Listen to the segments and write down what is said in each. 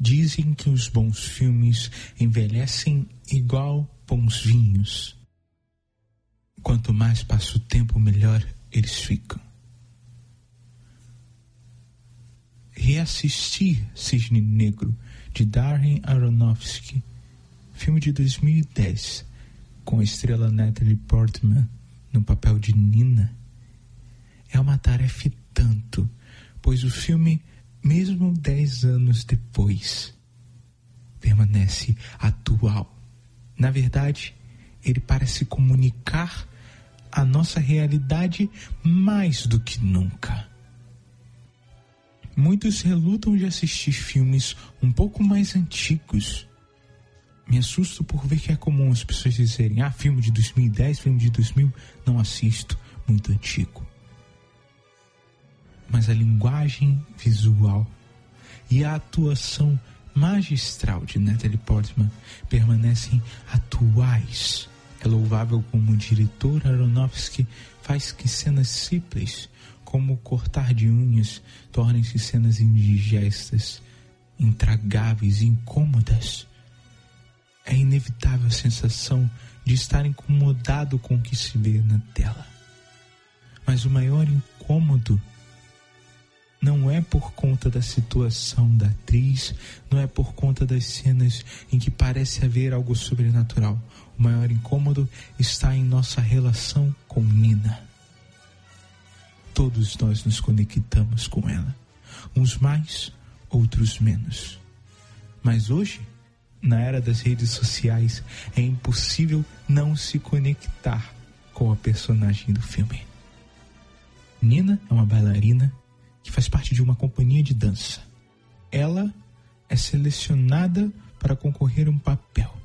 Dizem que os bons filmes envelhecem igual bons vinhos. Quanto mais passa o tempo, melhor eles ficam. Reassistir Cisne Negro, de Darren Aronofsky, filme de 2010, com a estrela Natalie Portman no papel de Nina, é uma tarefa e tanto, pois o filme, mesmo 10 anos depois, permanece atual. Na verdade, ele parece comunicar a nossa realidade mais do que nunca. Muitos relutam de assistir filmes um pouco mais antigos. Me assusto por ver que é comum as pessoas dizerem: filme de 2010, filme de 2000, não assisto, muito antigo. Mas a linguagem visual e a atuação magistral de Natalie Portman permanecem atuais. É louvável como o diretor Aronofsky faz que cenas simples, como cortar de unhas, tornem-se cenas indigestas, intragáveis e incômodas. É inevitável a sensação de estar incomodado com o que se vê na tela. Mas o maior incômodo não é por conta da situação da atriz, não é por conta das cenas em que parece haver algo sobrenatural. O maior incômodo está em nossa relação com Nina. Todos nós nos conectamos com ela, uns mais, outros menos. Mas hoje, na era das redes sociais, é impossível não se conectar com a personagem do filme. Nina é uma bailarina que faz parte de uma companhia de dança. Ela é selecionada para concorrer a um papel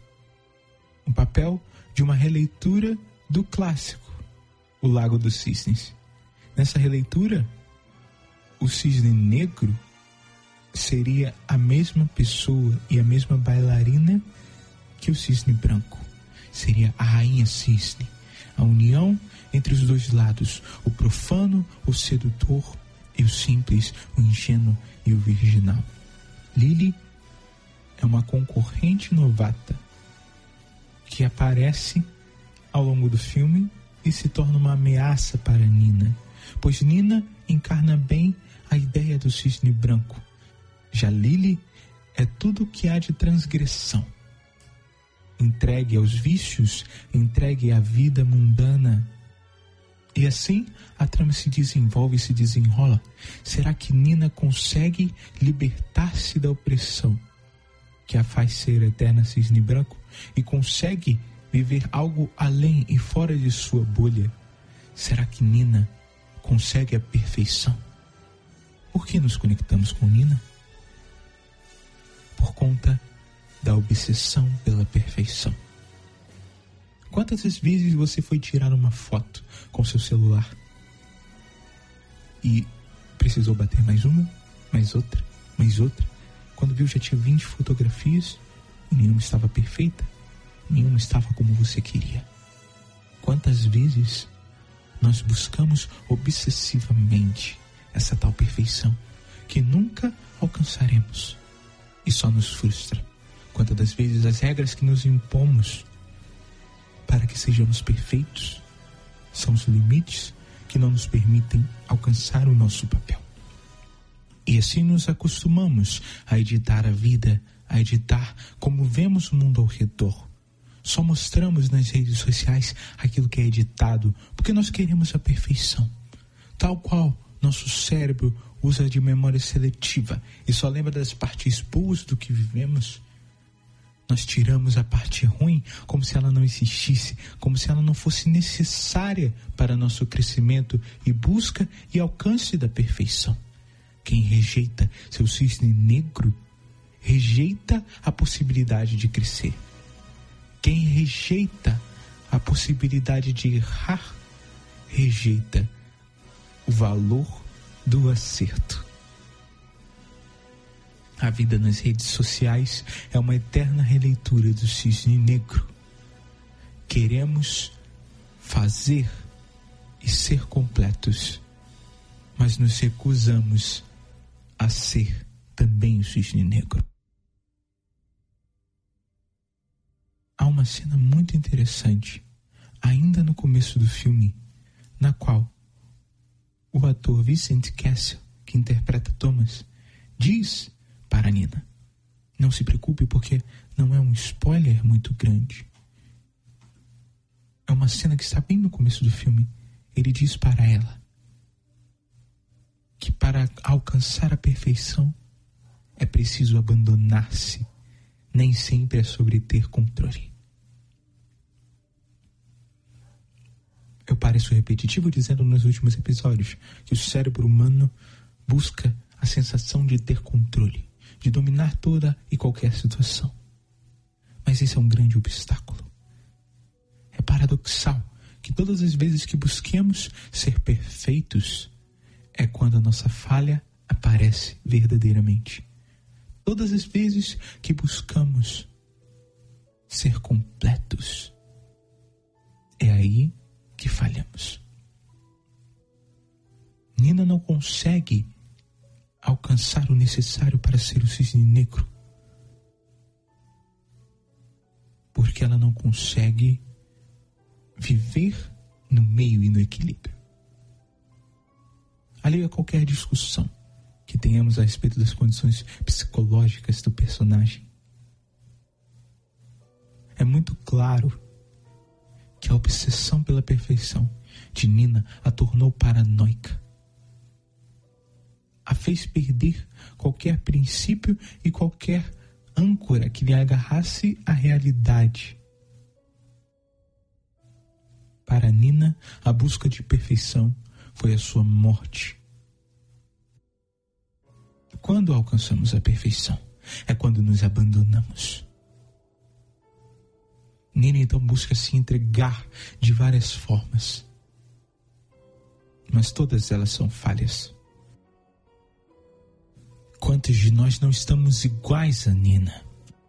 de uma releitura do clássico, O Lago dos Cisnes. Nessa releitura, o cisne negro seria a mesma pessoa e a mesma bailarina que o cisne branco. Seria a rainha cisne, a união entre os dois lados, o profano, o sedutor e o simples, o ingênuo e o virginal. Lily é uma concorrente novata que aparece ao longo do filme e se torna uma ameaça para Nina, pois Nina encarna bem a ideia do cisne branco. Já Lily é tudo o que há de transgressão. Entregue aos vícios, entregue à vida mundana. E assim a trama se desenvolve e se desenrola. Será que Nina consegue libertar-se da opressão que a faz ser eterna cisne branco e consegue viver algo além e fora de sua bolha? Será que Nina consegue a perfeição? Por que nos conectamos com Nina? Por conta da obsessão pela perfeição. Quantas vezes você foi tirar uma foto com seu celular e precisou bater mais uma, mais outra, quando viu já tinha 20 fotografias e nenhuma estava perfeita, nenhuma estava como você queria? Quantas vezes nós buscamos obsessivamente essa tal perfeição que nunca alcançaremos e só nos frustra? Quantas das vezes as regras que nos impomos para que sejamos perfeitos são os limites que não nos permitem alcançar o nosso papel. E assim nos acostumamos a editar a vida, a editar como vemos o mundo ao redor. Só mostramos nas redes sociais aquilo que é editado, porque nós queremos a perfeição. Tal qual nosso cérebro usa de memória seletiva e só lembra das partes boas do que vivemos, nós tiramos a parte ruim como se ela não existisse, como se ela não fosse necessária para nosso crescimento e busca e alcance da perfeição. Quem rejeita seu cisne negro, rejeita a possibilidade de crescer. Quem rejeita a possibilidade de errar, rejeita o valor do acerto. A vida nas redes sociais é uma eterna releitura do cisne negro. Queremos fazer e ser completos, mas nos recusamos a ser também o cisne negro. uma cena muito interessante, ainda no começo do filme, na qual o ator Vincent Cassel, que interpreta Thomas, diz para Nina: não se preocupe, porque não é um spoiler muito grande. É uma cena que está bem no começo do filme. Ele diz para ela que para alcançar a perfeição é preciso abandonar-se. Nem sempre é sobre ter controle. Eu pareço repetitivo dizendo nos últimos episódios que o cérebro humano busca a sensação de ter controle, de dominar toda e qualquer situação. Mas esse é um grande obstáculo. É paradoxal que todas as vezes que busquemos ser perfeitos é quando a nossa falha aparece verdadeiramente. Todas as vezes que buscamos ser completos, é aí que falhamos. Nina não consegue alcançar o necessário para ser o cisne negro, porque ela não consegue viver no meio e no equilíbrio. Alheio a qualquer discussão que tenhamos a respeito das condições psicológicas do personagem, é muito claro que a obsessão pela perfeição de Nina a tornou paranoica. A fez perder qualquer princípio e qualquer âncora que lhe agarrasse à realidade. Para Nina, a busca de perfeição foi a sua morte. Quando alcançamos a perfeição, é quando nos abandonamos. Nina então busca se entregar de várias formas, mas todas elas são falhas. Quantos de nós não estamos iguais a Nina,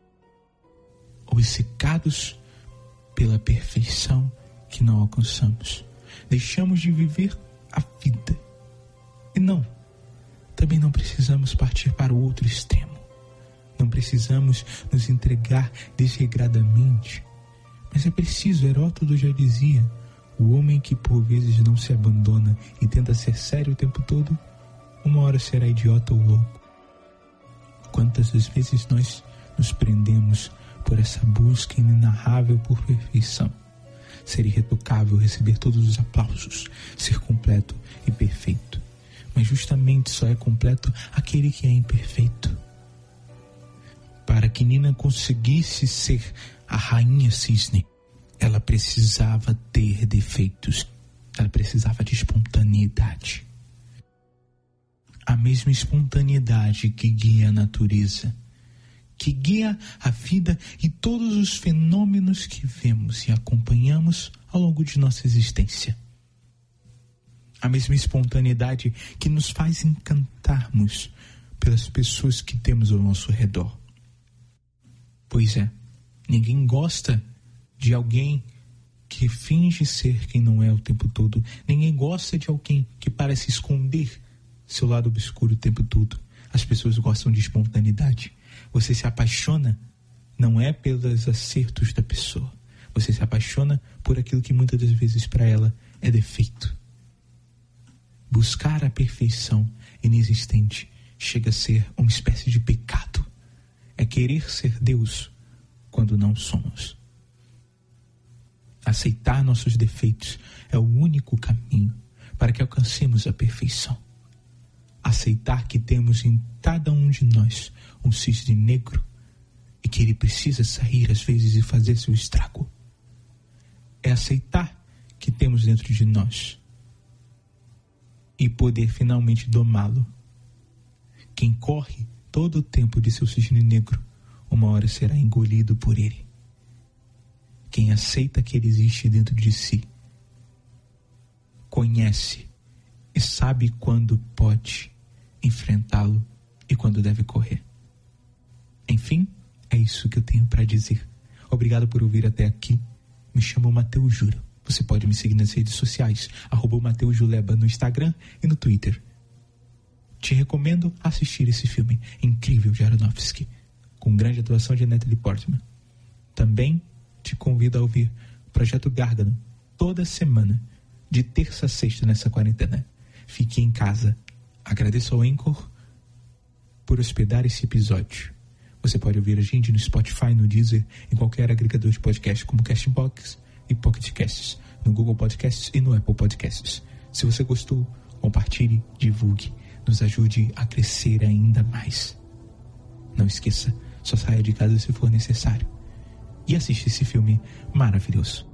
obcecados pela perfeição que não alcançamos? Deixamos de viver a vida. E não, também não precisamos partir para o outro extremo. Não precisamos nos entregar desregradamente. Mas é preciso, Heródoto já dizia, o homem que por vezes não se abandona e tenta ser sério o tempo todo, uma hora será idiota ou louco. Quantas das vezes nós nos prendemos por essa busca inenarrável por perfeição? Ser irretocável, receber todos os aplausos, ser completo e perfeito. Mas justamente só é completo aquele que é imperfeito. Para que Nina conseguisse ser a rainha cisne, ela precisava ter defeitos. Ela precisava de espontaneidade. A mesma espontaneidade que guia a natureza, que guia a vida e todos os fenômenos que vemos e acompanhamos ao longo de nossa existência. A mesma espontaneidade que nos faz encantarmos pelas pessoas que temos ao nosso redor. Pois é, ninguém gosta de alguém que finge ser quem não é o tempo todo. Ninguém gosta de alguém que parece esconder seu lado obscuro o tempo todo. As pessoas gostam de espontaneidade. Você se apaixona não é pelos acertos da pessoa. Você se apaixona por aquilo que muitas das vezes para ela é defeito. Buscar a perfeição inexistente chega a ser uma espécie de pecado. É querer ser Deus quando não somos. Aceitar nossos defeitos é o único caminho para que alcancemos a perfeição. Aceitar que temos em cada um de nós um cisne negro e que ele precisa sair às vezes e fazer seu estrago. É aceitar que temos dentro de nós e poder finalmente domá-lo. Quem corre todo o tempo de seu cisne negro, uma hora será engolido por ele. Quem aceita que ele existe dentro de si, conhece e sabe quando pode enfrentá-lo e quando deve correr. Enfim, é isso que eu tenho para dizer. Obrigado por ouvir até aqui. Me chamo Mateus Jura. Você pode me seguir nas redes sociais, @MateusJuleba no Instagram e no Twitter. Te recomendo assistir esse filme incrível de Aronofsky, com grande atuação de Natalie Portman. Também te te convido a ouvir o Projeto Gárgano toda semana, de terça a sexta nessa quarentena. Fique em casa. Agradeço ao Anchor por hospedar esse episódio. Você pode ouvir a gente no Spotify, no Deezer, em qualquer agregador de podcast como Castbox e Pocket Casts, no Google Podcasts e no Apple Podcasts. Se você gostou, compartilhe, divulgue, nos ajude a crescer ainda mais. Não esqueça, só saia de casa se for necessário. E assista esse filme maravilhoso.